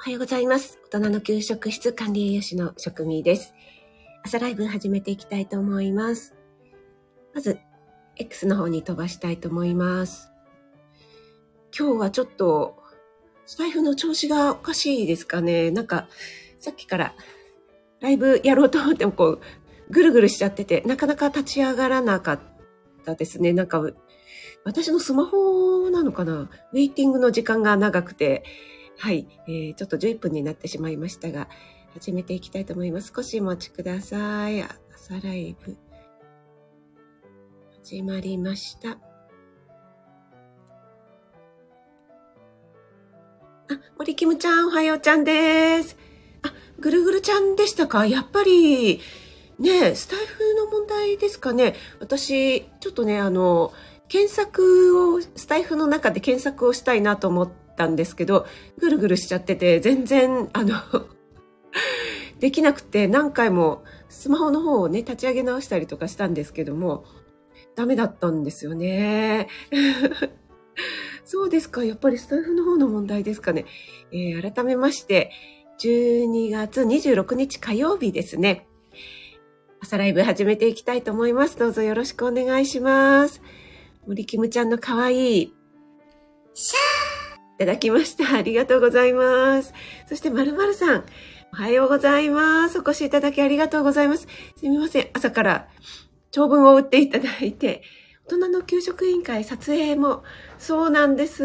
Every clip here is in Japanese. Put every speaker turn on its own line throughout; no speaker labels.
おはようございます。大人の給食室管理栄養士の食味です。朝ライブ始めていきたいと思います。まず、X の方に飛ばしたいと思います。今日はちょっと、スタイフの調子がおかしいですかね。なんか、さっきからライブやろうと思ってもぐるぐるしちゃってて、なかなか立ち上がらなかったですね。なんか、私のスマホなのかな？ウェイティングの時間が長くて、はい、ちょっと11分になってしまいましたが、始めていきたいと思います。少しお待ちください。朝ライブ、始まりました。森キムちゃん、おはようちゃんです。ぐるぐるちゃんでしたか？やっぱり、ね、スタイフの問題ですかね。私、ちょっとね、検索を、スタイフの中で検索をしたいなと思ったんですけど、ぐるぐるしちゃってて、全然、できなくて、何回もスマホの方をね、立ち上げ直したりとかしたんですけども、ダメだったんですよね。そうですか。やっぱりスタイフの方の問題ですかね。改めまして、12月26日火曜日ですね。朝ライブ始めていきたいと思います。どうぞよろしくお願いします。森キムちゃんの可愛いシャーいただきました。ありがとうございます。そしてまるまるさん、おはようございます。お越しいただきありがとうございます。すみません。朝から長文を打っていただいて、大人の給食委員会撮影もそうなんです。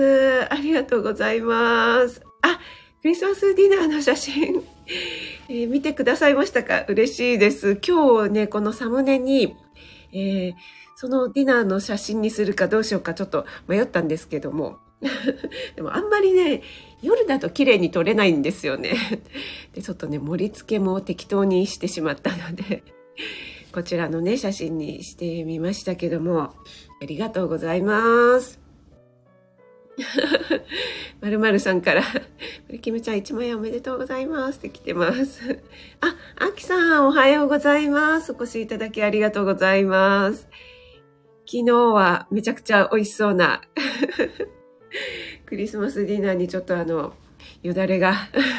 ありがとうございます。クリスマスディナーの写真、見てくださいましたか？嬉しいです。今日ね、このサムネに、そのディナーの写真にするかどうしようかちょっと迷ったんですけども。でもあんまりね、夜だと綺麗に撮れないんですよね。で、ちょっとね、盛り付けも適当にしてしまったので、こちらのね、写真にしてみましたけども、ありがとうございます。まるまるさんから、キムちゃん1万円おめでとうございますって来てます。あきさんおはようございます。お越しいただきありがとうございます。昨日はめちゃくちゃ美味しそうなクリスマスディナーにちょっとよだれが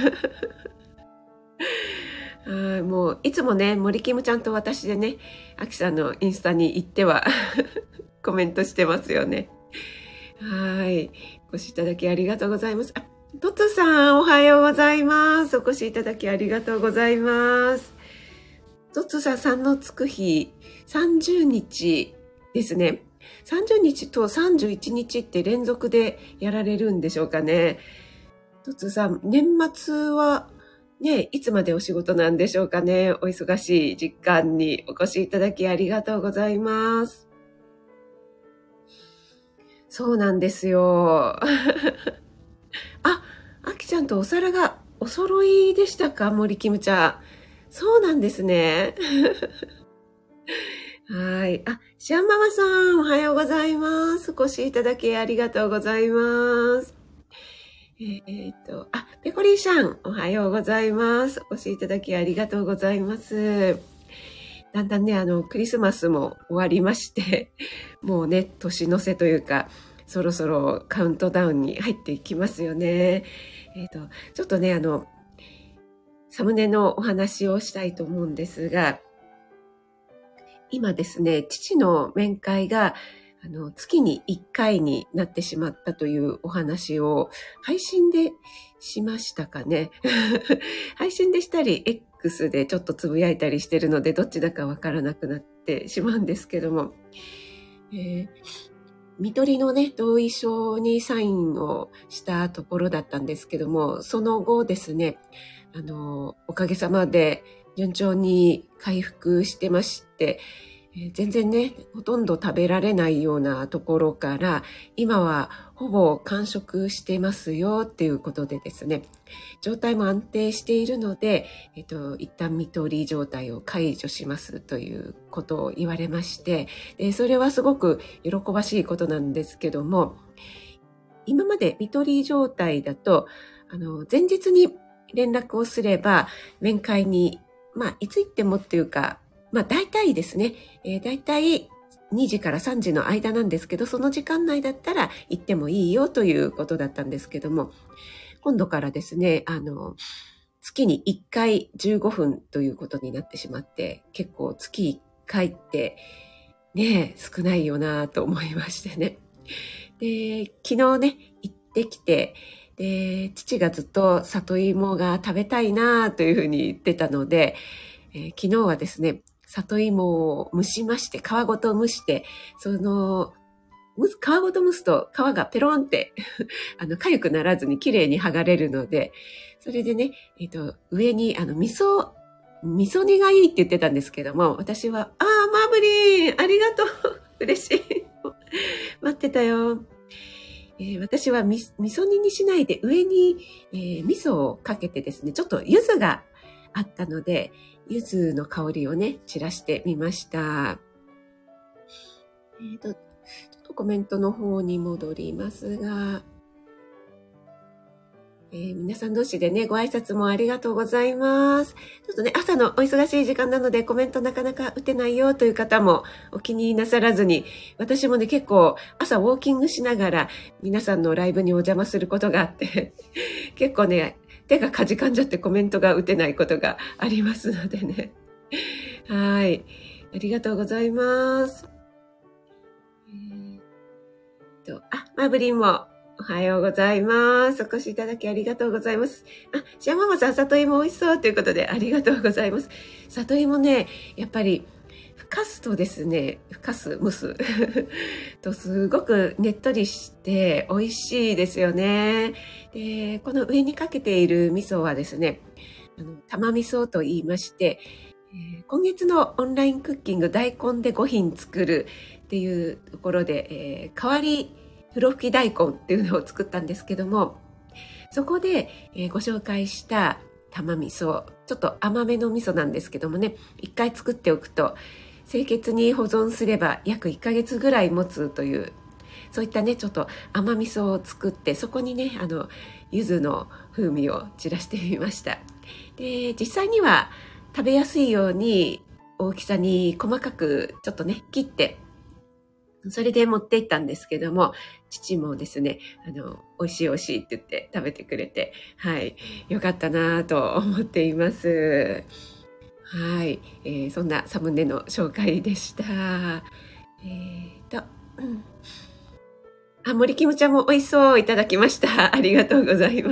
もういつもね、森キムちゃんと私でね、あきさんのインスタに行ってはコメントしてますよね。はい。お越しいただきありがとうございます。トトさん、おはようございます。お越しいただきありがとうございます。トトさん、3のつく日、30日ですね。30日と31日って連続でやられるんでしょうかね。トトさん、年末はね、いつまでお仕事なんでしょうかね。お忙しい時間にお越しいただきありがとうございます。そうなんですよ。あきちゃんとお皿がお揃いでしたか？森キムちゃん。そうなんですね。はい。シアンママさん、おはようございます。お越しいただきありがとうございます。ペコリーさん、おはようございます。お越しいただきありがとうございます。だんだんね、クリスマスも終わりまして、もうね、年の瀬というか、そろそろカウントダウンに入っていきますよね。ちょっとね、サムネのお話をしたいと思うんですが、今ですね、父の面会が、月に1回になってしまったというお話を配信でしましたかね。配信でしたり、X でちょっとつぶやいたりしてるので、どっちだかわからなくなってしまうんですけども、看取りのね、同意書にサインをしたところだったんですけども、その後ですね、おかげさまで順調に回復してまして、全然ね、ほとんど食べられないようなところから、今はほぼ完食してますよっていうことでですね、状態も安定しているので、一旦看取り状態を解除しますということを言われまして、それはすごく喜ばしいことなんですけども、今まで看取り状態だと、前日に連絡をすれば、面会に、いつ行ってもっていうか、大体ですね、大体2時から3時の間なんですけど、その時間内だったら行ってもいいよということだったんですけども、 今度からですね、月に1回15分ということになってしまって、結構月1回ってね、少ないよなと思いましてね。で、昨日ね、行ってきて、で、父がずっと里芋が食べたいなというふうに言ってたので、昨日はですね、里芋を蒸しまして、皮ごと蒸して、皮ごと蒸すと皮がペロンって痒くならずに綺麗に剥がれるので、それでね、上に味噌煮がいいって言ってたんですけども、私は、マーブリンありがとう嬉しい待ってたよ。私は味噌煮にしないで上に、味噌をかけてですね、ちょっと柚子があったので、柚子の香りをね、散らしてみました。ちょっとコメントの方に戻りますが、皆さん同士でね、ご挨拶もありがとうございます。ちょっとね、朝のお忙しい時間なのでコメントなかなか打てないよという方もお気になさらずに、私もね、結構朝ウォーキングしながら皆さんのライブにお邪魔することがあって、結構ね、手がかじかんじゃってコメントが打てないことがありますのでね。はい。ありがとうございます。マーブリンもおはようございます。お越しいただきありがとうございます。シャママさん、里芋美味しそうということでありがとうございます。里芋ね、やっぱり、蒸すとすごくねっとりして美味しいですよね。で、この上にかけている味噌はですね、玉味噌と言いまして、今月のオンラインクッキング大根で5品作るっていうところで、代わりふろふき大根っていうのを作ったんですけども、そこで、ご紹介した玉味噌、ちょっと甘めの味噌なんですけどもね、一回作っておくと清潔に保存すれば約1ヶ月ぐらい持つという、そういったねちょっと甘味噌を作って、そこにね柚子の風味を散らしてみました。で、実際には食べやすいように大きさに細かくちょっとね切って、それで持って行ったんですけども、父もですね、美味しい美味しいって言って食べてくれて、はい、よかったなと思っています。はい、そんなサムネの紹介でした。森キムちゃんも美味しそういただきました。ありがとうございます。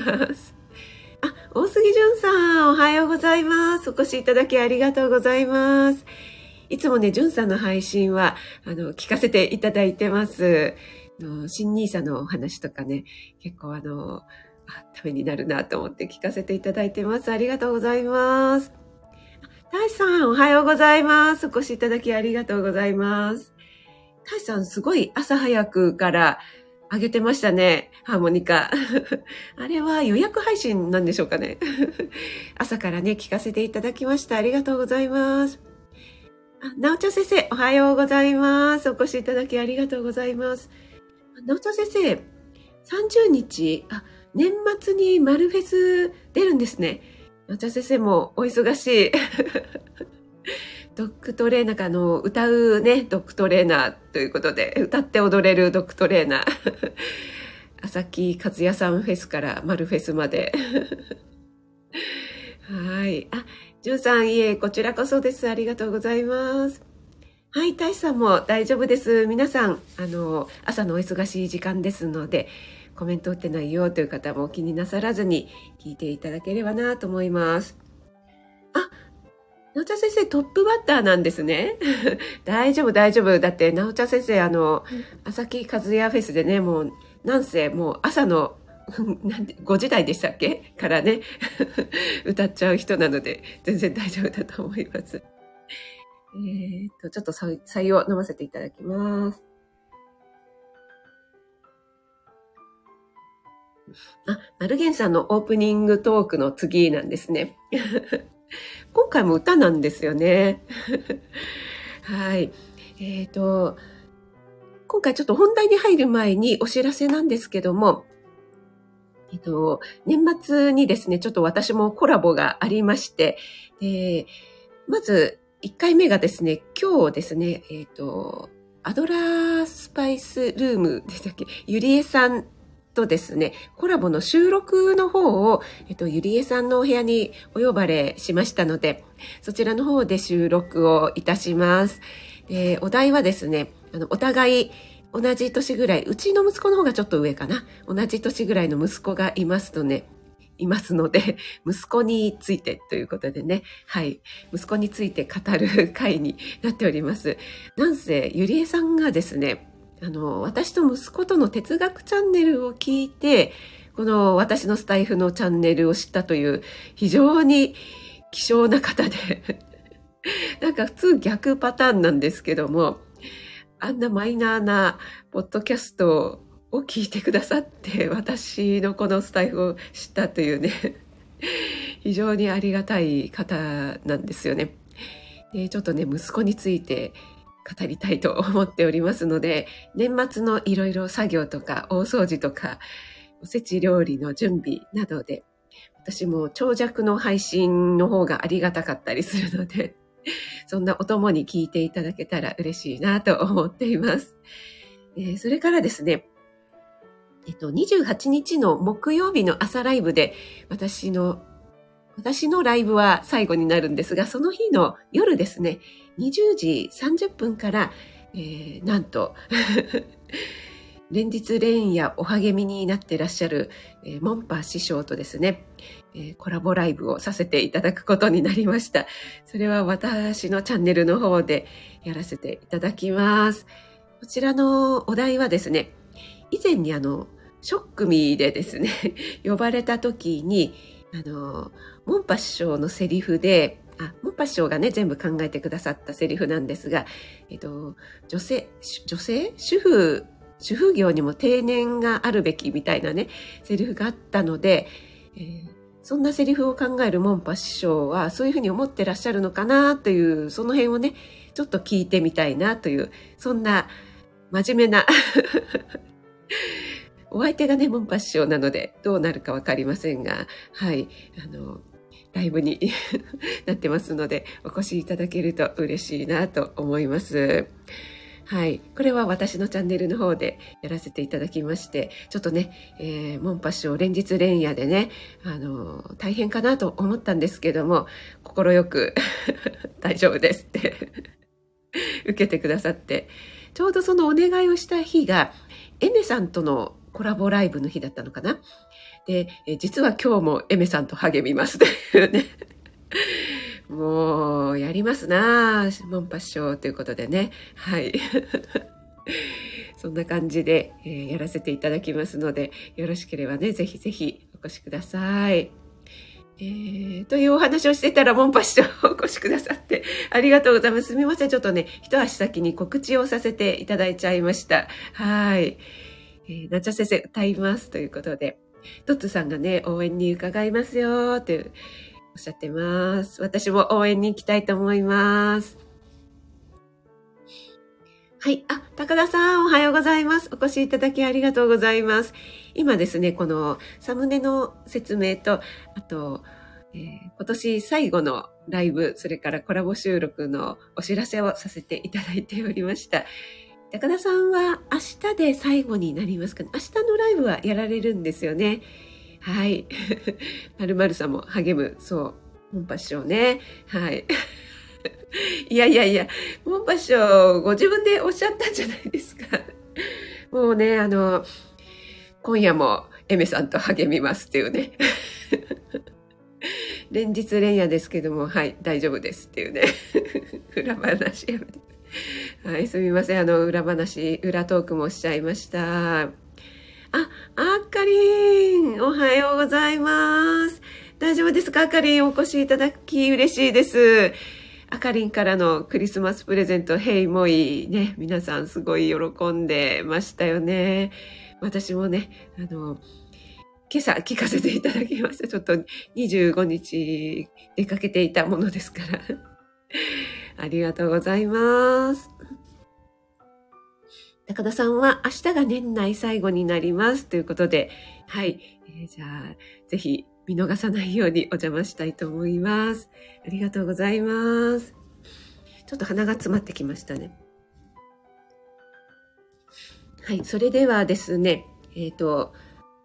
大杉淳さん、おはようございます。お越しいただきありがとうございます。いつもね、淳さんの配信は、聞かせていただいてます。新ニーサのお話とかね、結構ためになるなと思って聞かせていただいてます。ありがとうございます。大さん、おはようございます。お越しいただきありがとうございます。大さん、すごい朝早くから上げてましたね。ハーモニカ。あれは予約配信なんでしょうかね。朝からね、聞かせていただきました。ありがとうございます。なおちゃん先生、おはようございます。お越しいただきありがとうございます。なおちゃん先生、30日、年末にマルフェス出るんですね。なおちゃん先生もお忙しい。ドッグトレーナー歌うね、ドッグトレーナーということで、歌って踊れるドッグトレーナー。朝木和也さんフェスからマルフェスまで。はい。ジュンさん、いえ、こちらこそです。ありがとうございます。はい、大志さんも大丈夫です。皆さん、朝のお忙しい時間ですので、コメント打ってないよという方も気になさらずに聞いていただければなと思います。なおちゃん先生、トップバッターなんですね。大丈夫、大丈夫。だって、なおちゃん先生、朝木和也フェスでね、もう、なんせ、もう朝の、5時台でしたっけからね、歌っちゃう人なので、全然大丈夫だと思います。ちょっと採用飲ませていただきます。マルゲンさんのオープニングトークの次なんですね。今回も歌なんですよね。はい。今回ちょっと本題に入る前にお知らせなんですけども、年末にですね、ちょっと私もコラボがありまして、まず1回目がですね、今日ですね、アドラースパイスルームでしたっけ、ゆりえさんとですね、コラボの収録の方を、ゆりえさんのお部屋にお呼ばれしましたので、そちらの方で収録をいたします。お題はですね、お互い同じ年ぐらい、うちの息子の方がちょっと上かな。同じ年ぐらいの息子がいますので、息子についてということでね、はい、息子について語る回になっております。なんせ、ゆりえさんがですね、私と息子との哲学チャンネルを聞いて、この私のスタイフのチャンネルを知ったという非常に希少な方で、なんか普通逆パターンなんですけども、あんなマイナーなポッドキャストを聞いてくださって、私のこのスタイフを知ったというね、非常にありがたい方なんですよね。で、ちょっとね、息子について語りたいと思っておりますので、年末のいろいろ作業とか大掃除とかおせち料理の準備などで、私も長尺の配信の方がありがたかったりするので、そんなお供に聞いていただけたら嬉しいなと思っています。それからですね、28日の木曜日の朝ライブで私のライブは最後になるんですが、その日の夜ですね、20時30分から、なんと、連日連夜お励みになってらっしゃる、モンパ師匠とですね、コラボライブをさせていただくことになりました。それは私のチャンネルの方でやらせていただきます。こちらのお題はですね、以前にショックミーでですね、呼ばれた時に、モンパ師匠のセリフで、モンパ師匠がね、全部考えてくださったセリフなんですが、主婦業にも定年があるべきみたいなね、セリフがあったので、そんなセリフを考えるモンパ師匠はそういうふうに思ってらっしゃるのかなという、その辺をね、ちょっと聞いてみたいなという、そんな真面目なお相手がね、モンパ師匠なのでどうなるかわかりませんが、はい、ライブになってますので、お越しいただけると嬉しいなと思います。はい。これは私のチャンネルの方でやらせていただきまして、ちょっとね、モンパ師匠連日連夜でね、大変かなと思ったんですけども、心く大丈夫ですって受けてくださって、ちょうどそのお願いをした日が、エメさんとのコラボライブの日だったのかな。で、実は今日もエメさんと励みますというね。もう、やりますなぁ、モンパ師匠ということでね。はい。そんな感じで、やらせていただきますので、よろしければね、ぜひぜひお越しください。というお話をしてたら、モンパ師匠お越しくださって、ありがとうございます。すみません。ちょっとね、一足先に告知をさせていただいちゃいました。はい。なっちゃ先生歌いますということで、トッツさんがね、応援に伺いますよ、というおっしゃってます。私も応援に行きたいと思います。はい。高田さん、おはようございます。お越しいただきありがとうございます。今ですね、このサムネの説明と、あと、今年最後のライブ、それからコラボ収録のお知らせをさせていただいておりました。高田さんは明日で最後になりますかね。明日のライブはやられるんですよね。はい。〇〇さんも励む。そう。モンパ師匠ね。はい。いや、モンパ師匠、ご自分でおっしゃったんじゃないですか。もうね、今夜もエメさんと励みますっていうね。連日連夜ですけども、はい、大丈夫ですっていうね。裏話やめて。はい、すみません。裏話、裏トークもしちゃいました。あかりん、おはようございます。大丈夫ですか？あかりん、お越しいただき嬉しいです。あかりんからのクリスマスプレゼント、ヘイモイね、皆さんすごい喜んでましたよね。私もね、今朝聞かせていただきました。ちょっと25日出かけていたものですから。ありがとうございます。高田さんは明日が年内最後になりますということで、はい。じゃあ、ぜひ見逃さないようにお邪魔したいと思います。ありがとうございます。ちょっと鼻が詰まってきましたね。はい。それではですね、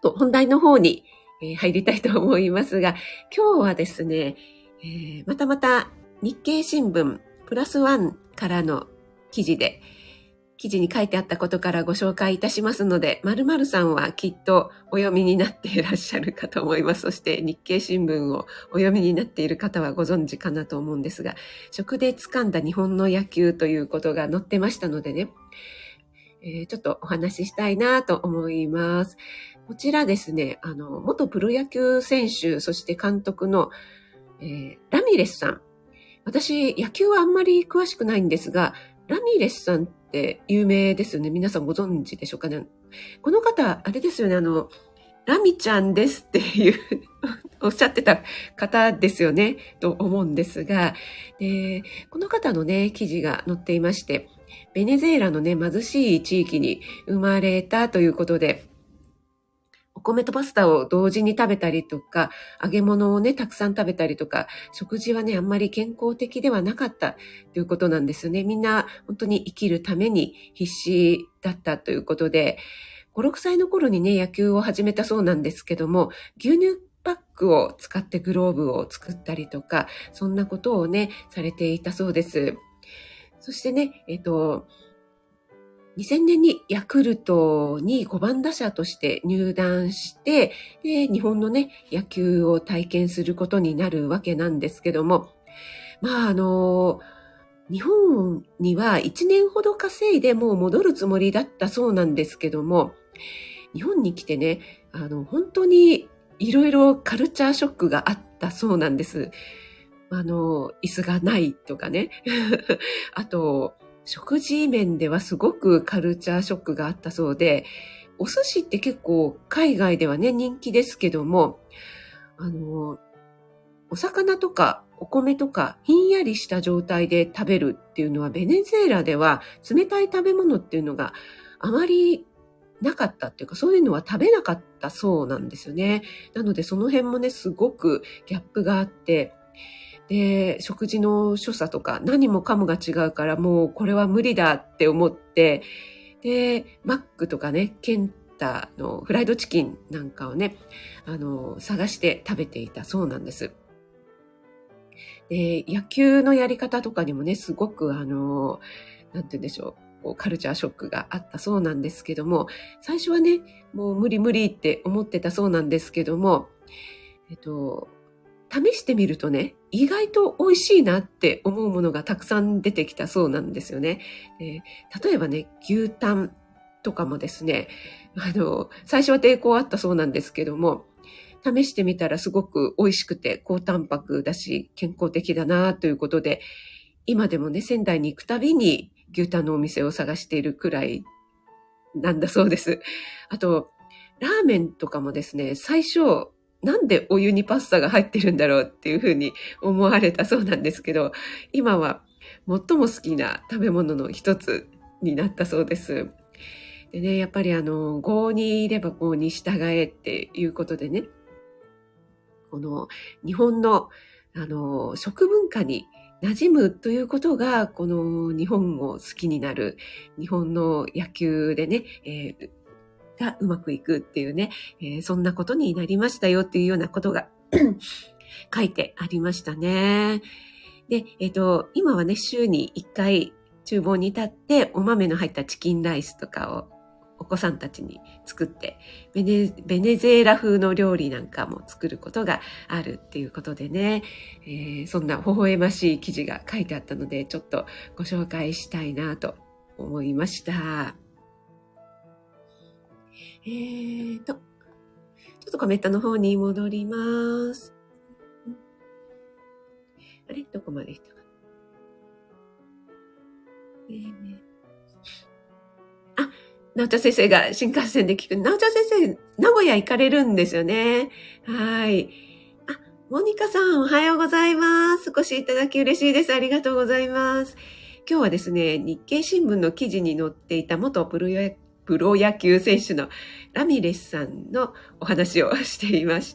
と本題の方に入りたいと思いますが、今日はですね、また日経新聞プラスワンからの記事に書いてあったことからご紹介いたしますので、〇〇さんはきっとお読みになっていらっしゃるかと思います。そして日経新聞をお読みになっている方はご存知かなと思うんですが、食で掴んだ日本の野球ということが載ってましたのでね、ちょっとお話ししたいなと思います。こちらですね、元プロ野球選手、そして監督の、ラミレスさん。私、野球はあんまり詳しくないんですが、ラミレスさんって有名ですよね。皆さんご存知でしょうかね。この方、あれですよね、ラミちゃんですっていうおっしゃってた方ですよね、と思うんですが、この方のね、記事が載っていまして、ベネズエラのね、貧しい地域に生まれたということで、お米とパスタを同時に食べたりとか、揚げ物をね、たくさん食べたりとか、食事はね、あんまり健康的ではなかったということなんですね。みんな本当に生きるために必死だったということで、5、6歳の頃にね、野球を始めたそうなんですけども、牛乳パックを使ってグローブを作ったりとか、そんなことをね、されていたそうです。そしてね、2000年にヤクルトに5番打者として入団して、で、日本のね、野球を体験することになるわけなんですけども、日本には1年ほど稼いでもう戻るつもりだったそうなんですけども、日本に来てね、本当にいろいろカルチャーショックがあったそうなんです。椅子がないとかね。あと、食事面ではすごくカルチャーショックがあったそうで、お寿司って結構海外ではね、人気ですけども、お魚とかお米とかひんやりした状態で食べるっていうのはベネズエラでは冷たい食べ物っていうのがあまりなかったっていうか、そういうのは食べなかったそうなんですよね。なのでその辺もね、すごくギャップがあって、で、食事の所作とか何もかもが違うからもうこれは無理だって思って、で、マックとかね、ケンタのフライドチキンなんかをね、探して食べていたそうなんです。で、野球のやり方とかにもね、すごくなんて言うんでしょう、カルチャーショックがあったそうなんですけども、最初はね、もう無理って思ってたそうなんですけども、試してみるとね、意外と美味しいなって思うものがたくさん出てきたそうなんですよね。例えばね、牛タンとかもですね、最初は抵抗あったそうなんですけども、試してみたらすごく美味しくて高タンパクだし健康的だなということで、今でもね、仙台に行くたびに牛タンのお店を探しているくらいなんだそうです。あと、ラーメンとかもですね、最初、なんでお湯にパスタが入ってるんだろうっていうふうに思われたそうなんですけど、今は最も好きな食べ物の一つになったそうです。でね、やっぱり郷にいれば郷に従えっていうことでね、この日本の食文化に馴染むということが、この日本を好きになる、日本の野球でね、がうまくいくっていうね、そんなことになりましたよっていうようなことが書いてありましたね。で、今はね、週に1回厨房に立ってお豆の入ったチキンライスとかをお子さんたちに作って、ベネズエラ風の料理なんかも作ることがあるっていうことでね、そんな微笑ましい記事が書いてあったので、ちょっとご紹介したいなと思いました。ちょっとコメントの方に戻ります。あれどこまで行ったかな。なおちゃん先生が新幹線で聞く。なおちゃん先生、名古屋行かれるんですよね。はい。モニカさん、おはようございます。お越しいただき嬉しいです。ありがとうございます。今日はですね、日経新聞の記事に載っていた元プロ野球選手のラミレスさんのお話をしていました。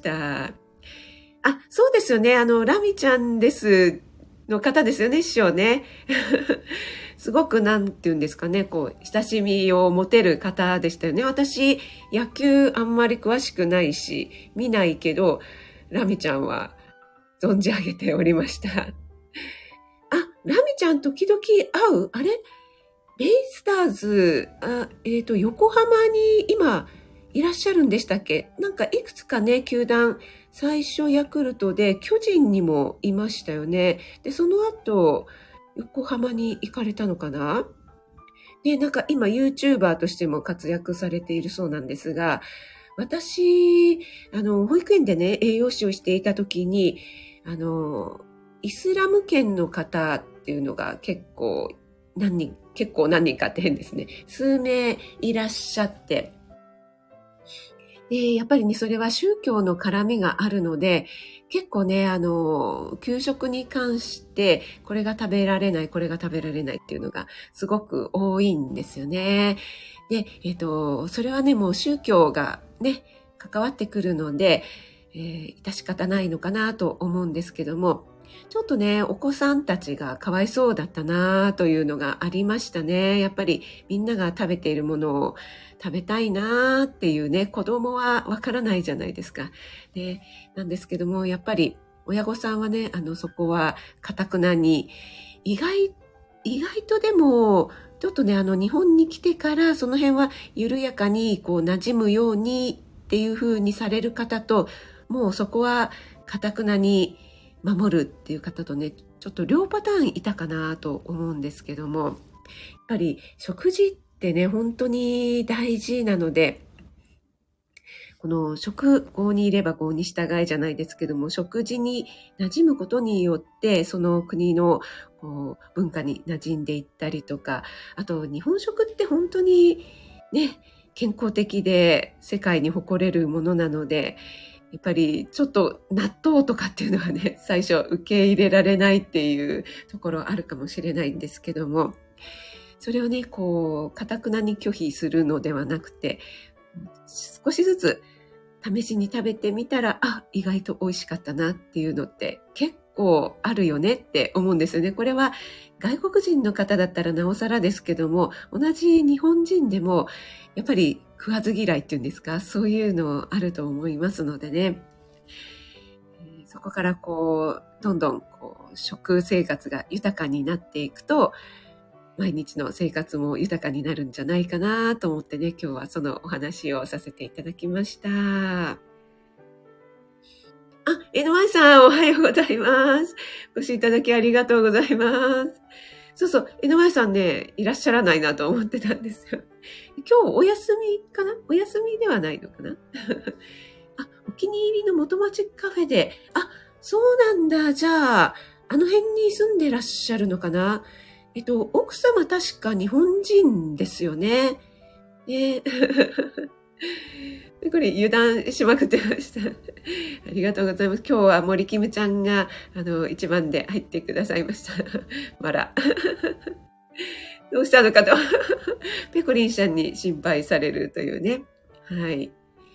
そうですよね。ラミちゃんですの方ですよね、師匠ね。 すごくなんていうんですかね、こう、親しみを持てる方でしたよね。私、野球あんまり詳しくないし、見ないけど、ラミちゃんは存じ上げておりました。あ、ラミちゃん時々会う？あれベイスターズ、横浜に今いらっしゃるんでしたっけ？なんかいくつかね、球団、最初ヤクルトで巨人にもいましたよね。で、その後、横浜に行かれたのかな？で、なんか今 YouTuber としても活躍されているそうなんですが、私、保育園でね、栄養士をしていた時に、イスラム圏の方っていうのが結構何人かって変ですね。数名いらっしゃって、で、やっぱりね、それは宗教の絡みがあるので、結構ね、給食に関して、これが食べられない、これが食べられないっていうのがすごく多いんですよね。で、それはね、もう宗教がね、関わってくるので、致し方ないのかなと思うんですけども、ちょっとね、お子さんたちがかわいそうだったなというのがありましたね。やっぱりみんなが食べているものを食べたいなっていうね、子供はわからないじゃないですか。で、なんですけども、やっぱり親御さんはね、そこは堅くなに、意外とでも、ちょっとね、日本に来てからその辺は緩やかにこう馴染むようにっていう風にされる方と、もうそこは堅くなに守るっていう方とね、ちょっと両パターンいたかなと思うんですけども、やっぱり食事ってね、本当に大事なので、この郷にいれば郷に従いじゃないですけども、食事に馴染むことによって、その国のこう文化に馴染んでいったりとか、あと日本食って本当にね、健康的で世界に誇れるものなので、やっぱりちょっと納豆とかっていうのはね、最初受け入れられないっていうところあるかもしれないんですけども、それをね、こう、堅くなに拒否するのではなくて、少しずつ試しに食べてみたら、あ、意外と美味しかったなっていうのって結構あるよねって思うんですよね。これは外国人の方だったらなおさらですけども、同じ日本人でもやっぱり食わず嫌いっていうんですか、そういうのあると思いますのでね。そこからこう、どんどんこう食生活が豊かになっていくと、毎日の生活も豊かになるんじゃないかなと思ってね、今日はそのお話をさせていただきました。あ、NY さんおはようございます。ご視聴いただきありがとうございます。そうそう、NY さんね、いらっしゃらないなと思ってたんですよ。今日お休みかな？お休みではないのかなあ、お気に入りの元町カフェで、あ、そうなんだ。じゃあ、あの辺に住んでらっしゃるのかな？奥様確か日本人ですよね。ねこれ油断しまくってました。ありがとうございます。今日は森キムちゃんが、一番で入ってくださいました。わら。どうしたのかと。ペコリンさんに心配されるというね。はい。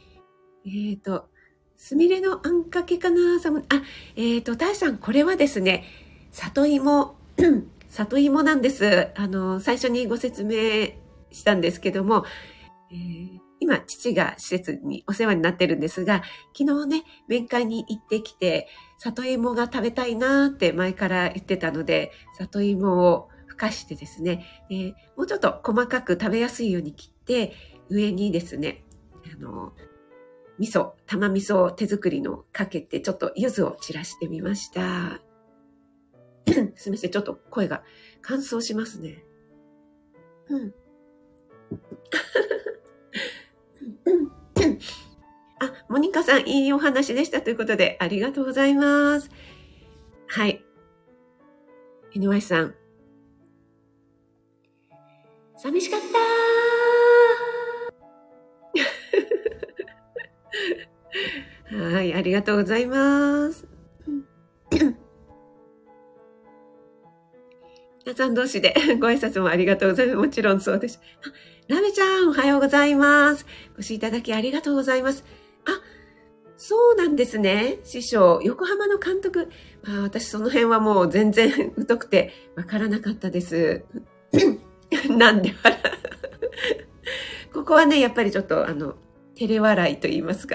すみれのあんかけかな？タイさん、これはですね、里芋なんです。最初にご説明したんですけども、今、父が施設にお世話になってるんですが、昨日ね、面会に行ってきて、里芋が食べたいなーって前から言ってたので、里芋をふかしてですね、もうちょっと細かく食べやすいように切って、上にですね、玉味噌を手作りのかけて、ちょっと柚子を散らしてみました。すみません、ちょっと声が乾燥しますね。あ、モニカさん、いいお話でしたということで、ありがとうございます。はい。NY さん。寂しかったはい、ありがとうございます。皆さん同士でご挨拶もありがとうございます。もちろんそうです。ラメちゃん、おはようございます。ご視聴いただきありがとうございます。あ、そうなんですね。師匠、横浜の監督。私その辺はもう全然疎くてわからなかったです。 なんで笑うここはね、やっぱりちょっと照れ笑いと言いますか。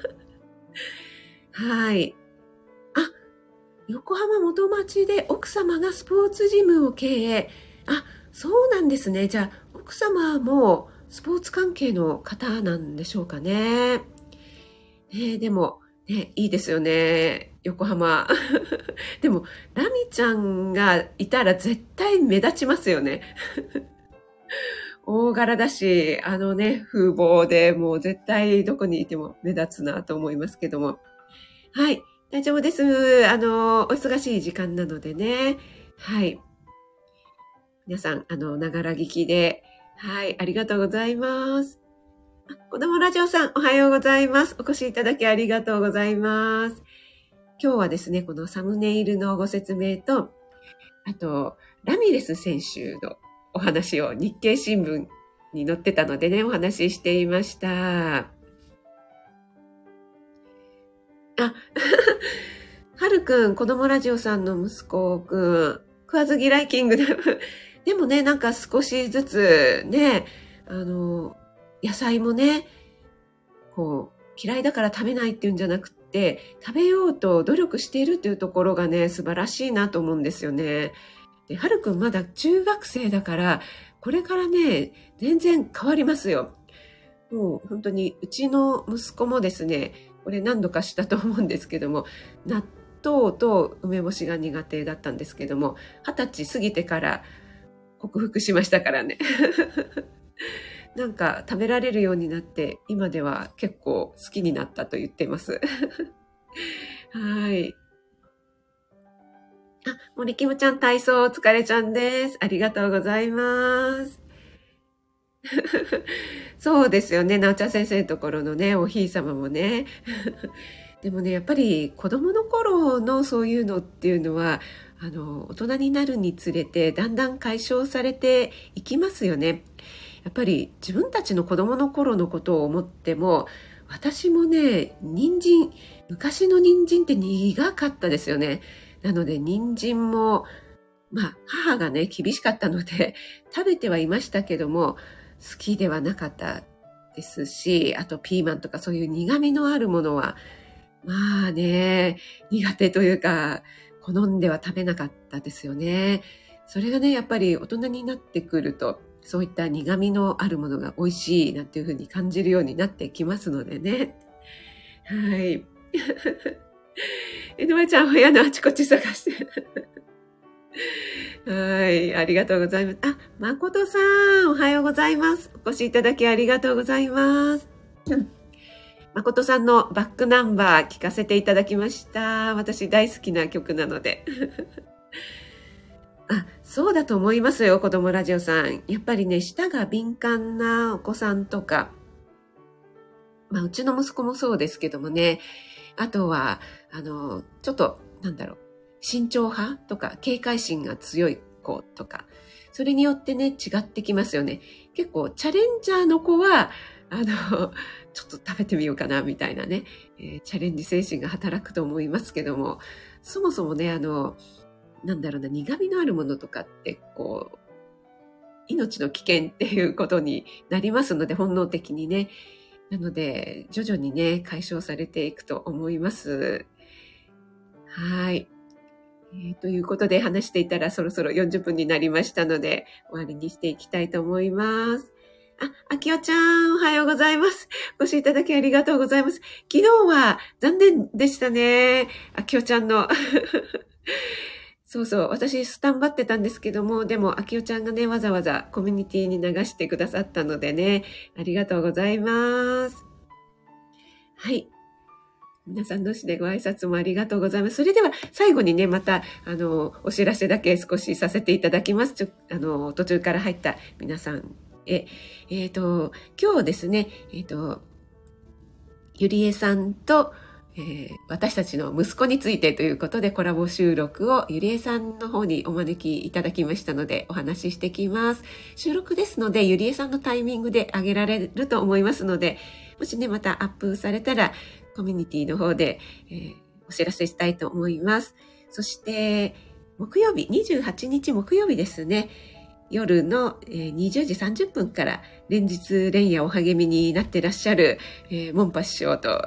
はい。あ、横浜元町で奥様がスポーツジムを経営。あ、そうなんですね。じゃあ、奥様もスポーツ関係の方なんでしょうかね。でも、ね、いいですよね。横浜。でも、ラミちゃんがいたら絶対目立ちますよね。大柄だし、風貌でもう絶対どこにいても目立つなと思いますけども。はい、大丈夫です。お忙しい時間なのでね。はい。皆さん、ながら聞きで、はい、ありがとうございます。子供ラジオさん、おはようございます。お越しいただきありがとうございます。今日はですね、このサムネイルのご説明と、あと、ラミレス選手のお話を日経新聞に載ってたのでね、お話ししていました。あ、はるくん、子供ラジオさんの息子くん、食わず嫌いキングダム。でもね、なんか少しずつね、野菜もね、こう、嫌いだから食べないっていうんじゃなくて、食べようと努力しているっていうところがね、素晴らしいなと思うんですよね。で、はるくんまだ中学生だから、これからね、全然変わりますよ。もう本当に、うちの息子もですね、これ何度かしたと思うんですけども、納豆と梅干しが苦手だったんですけども、20歳過ぎてから克服しましたからね。なんか食べられるようになって、今では結構好きになったと言ってます。はい。森キムちゃん体操お疲れちゃんです。ありがとうございます。そうですよね。なおちゃん先生のところのね、おひいさまもね。でもね、やっぱり子供の頃のそういうのっていうのは、大人になるにつれてだんだん解消されていきますよね。やっぱり自分たちの子供の頃のことを思っても、私もね、昔の人参って苦かったですよね。なので人参も、母がね、厳しかったので食べてはいましたけども、好きではなかったですし、あとピーマンとかそういう苦味のあるものは、まあね、苦手というか、好んでは食べなかったですよね。それがね、やっぱり大人になってくると、そういった苦味のあるものが美味しいなんていうふうに感じるようになってきますのでね。はい。のまちゃん、部屋のあちこち探して。はい。ありがとうございます。まことさん、おはようございます。お越しいただきありがとうございます。まことさんのバックナンバー聞かせていただきました。私大好きな曲なので。そうだと思いますよ、子供ラジオさん。やっぱりね、舌が敏感なお子さんとか、うちの息子もそうですけどもね、あとは、ちょっと、慎重派とか、警戒心が強い子とか、それによってね、違ってきますよね。結構、チャレンジャーの子は、ちょっと食べてみようかな、みたいなね、チャレンジ精神が働くと思いますけども、そもそもね、苦味のあるものとかって、命の危険っていうことになりますので、本能的にね。なので、徐々にね、解消されていくと思います。はい。ということで話していたらそろそろ40分になりましたので、終わりにしていきたいと思います。あきおちゃん、おはようございます。お越しいただきありがとうございます。昨日は残念でしたね。あきおちゃんの。そうそう、私スタンバってたんですけども、でも、あきおちゃんがね、わざわざコミュニティに流してくださったのでね、ありがとうございます。はい。皆さん同士でご挨拶もありがとうございます。それでは、最後にね、また、お知らせだけ少しさせていただきます。途中から入った皆さんへ。今日ですね、ゆりえさんと、私たちの息子についてということでコラボ収録をゆりえさんの方にお招きいただきましたのでお話ししてきます。収録ですのでゆりえさんのタイミングで上げられると思いますので、もしねまたアップされたらコミュニティの方で、お知らせしたいと思います。そして木曜日、28日木曜日ですね。 夜の20時30分から連日連夜お励みになってらっしゃる、モンパ師匠と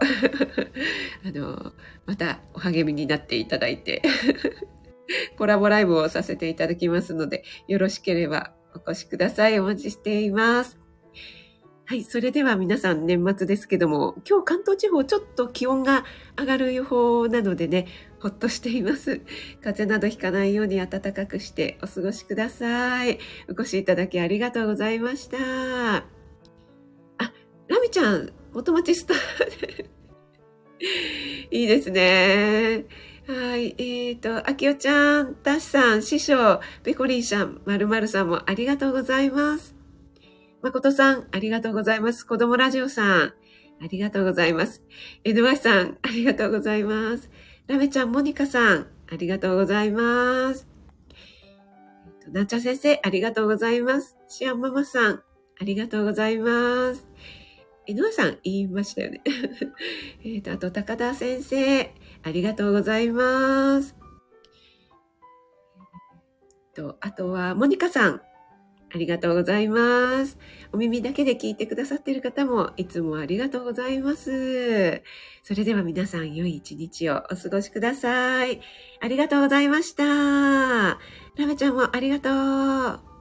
またお励みになっていただいてコラボライブをさせていただきますので、よろしければお越しください。お待ちしています。はい、それでは皆さん年末ですけども、今日関東地方ちょっと気温が上がる予報なのでね、ほっとしています。風邪などひかないように暖かくしてお過ごしください。お越しいただきありがとうございました。あ、ラミちゃん、元町スターいいですね。はい。あきおちゃん、たしさん、師匠、ペコリンさん、まるまるさんもありがとうございます。まことさん、ありがとうございます。子供ラジオさん、ありがとうございます。エドワイさん、ありがとうございます。ラメちゃん、モニカさん、ありがとうございます。なっちゃん先生、ありがとうございます。シアンママさん、ありがとうございます。エドワイさん、言いましたよね。あと、高田先生、ありがとうございます。あとは、モニカさん、ありがとうございます。お耳だけで聞いてくださっている方もいつもありがとうございます。それでは皆さん良い一日をお過ごしください。ありがとうございました。ラメちゃんもありがとう。